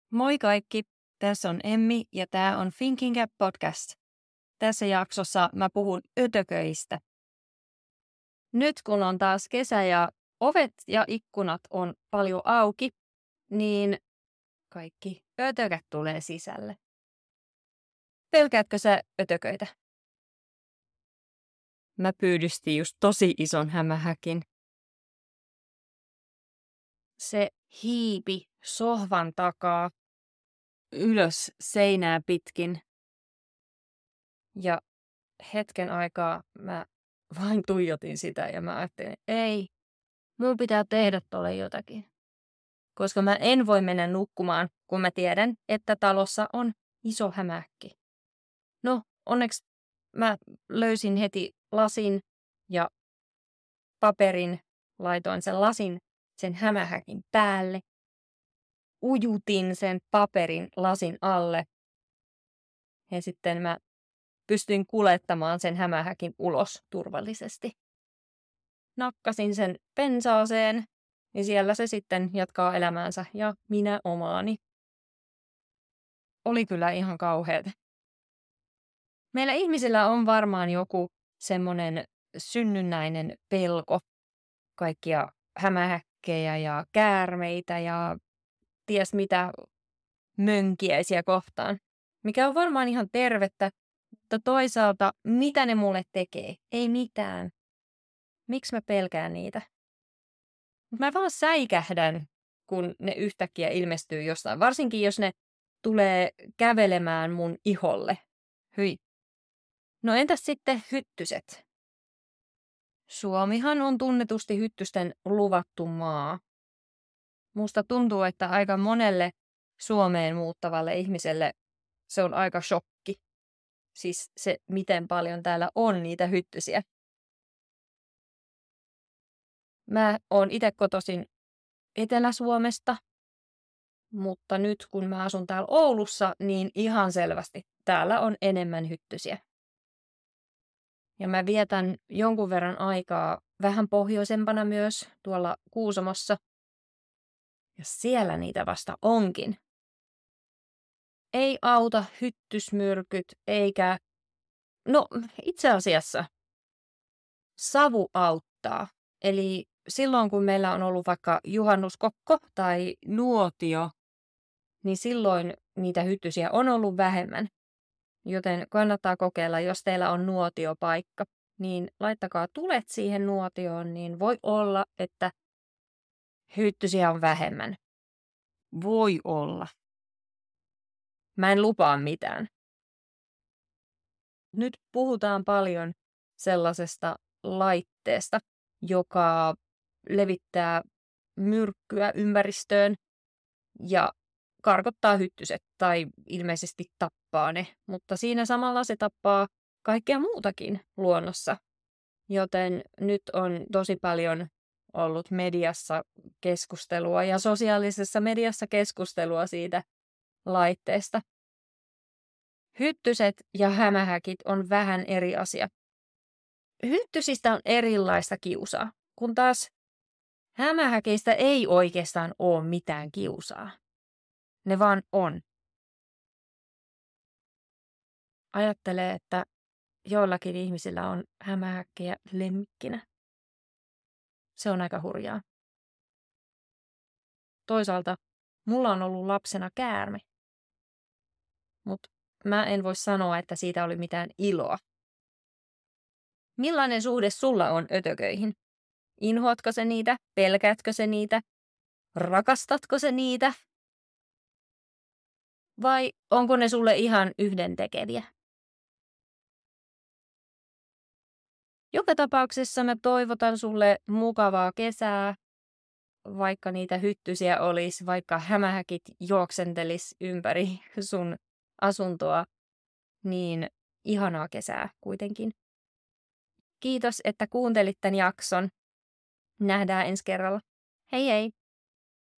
Moi kaikki, tässä on Emmi ja tämä on Thinking Cap Podcast. Tässä jaksossa mä puhun ötököistä. Nyt kun on taas kesä ja ovet ja ikkunat on paljon auki, niin kaikki ötökät tulee sisälle. Pelkäätkö sä ötököitä? Mä pyydystin just tosi ison hämähäkin. Se hiipi sohvan takaa ylös seinää pitkin. Ja hetken aikaa mä vain tuijotin sitä ja mä ajattelin, ei, mun pitää tehdä tolle jotakin. Koska mä en voi mennä nukkumaan, kun mä tiedän, että talossa on iso hämähäkki. No, onneksi mä löysin heti lasin ja paperin, laitoin sen lasin sen hämähäkin päälle. Ujutin sen paperin lasin alle ja sitten mä pystyin kuljettamaan sen hämähäkin ulos turvallisesti. Nakkasin sen pensaaseen, niin siellä se sitten jatkaa elämäänsä ja minä omaani. Oli kyllä ihan kauheat. Meillä ihmisillä on varmaan joku semmoinen synnynnäinen pelko kaikkia hämähäkkejä ja käärmeitä ja ties mitä mönkiäisiä kohtaan, mikä on varmaan ihan tervettä, mutta toisaalta mitä ne mulle tekee? Ei mitään. Miksi mä pelkään niitä? Mä vaan säikähdän, kun ne yhtäkkiä ilmestyy jostain. Varsinkin, jos ne tulee kävelemään mun iholle. Hyi. No entäs sitten hyttyset? Suomihan on tunnetusti hyttysten luvattu maa. Musta tuntuu, että aika monelle Suomeen muuttavalle ihmiselle se on aika shokki. Siis se, miten paljon täällä on niitä hyttysiä. Mä oon itse kotoisin Etelä-Suomesta, mutta nyt kun mä asun täällä Oulussa, niin ihan selvästi täällä on enemmän hyttysiä. Ja mä vietän jonkun verran aikaa vähän pohjoisempana myös tuolla Kuusamossa. Ja siellä niitä vasta onkin. Ei auta hyttysmyrkyt eikä... No itse asiassa savu auttaa. Eli silloin kun meillä on ollut vaikka juhannuskokko tai nuotio, niin silloin niitä hyttysiä on ollut vähemmän. Joten kannattaa kokeilla, jos teillä on nuotiopaikka, niin laittakaa tulet siihen nuotioon, niin voi olla, että hyttysiä on vähemmän. Voi olla. Mä en lupaa mitään. Nyt puhutaan paljon sellaisesta laitteesta, joka levittää myrkkyä ympäristöön ja karkottaa hyttyset tai ilmeisesti tappaa ne, mutta siinä samalla se tappaa kaikkea muutakin luonnossa. Joten nyt on tosi paljon ollut mediassa keskustelua ja sosiaalisessa mediassa keskustelua siitä laitteesta. Hyttyset ja hämähäkit on vähän eri asia. Hyttysistä on erilaista kiusaa, kun taas hämähäkeistä ei oikeastaan ole mitään kiusaa. Ne vaan on. Ajattelee, että joillakin ihmisillä on hämähäkkejä lemmikkinä. Se on aika hurjaa. Toisaalta mulla on ollut lapsena käärme. Mutta mä en voi sanoa, että siitä oli mitään iloa. Millainen suhde sulla on ötököihin? Inhoatko se niitä? Pelkäätkö se niitä? Rakastatko se niitä? Vai onko ne sulle ihan yhdentekeviä? Joka tapauksessa mä toivotan sulle mukavaa kesää, vaikka niitä hyttysiä olisi, vaikka hämähäkit juoksentelis ympäri sun asuntoa, niin ihanaa kesää kuitenkin. Kiitos, että kuuntelit tämän jakson. Nähdään ensi kerralla. Hei hei!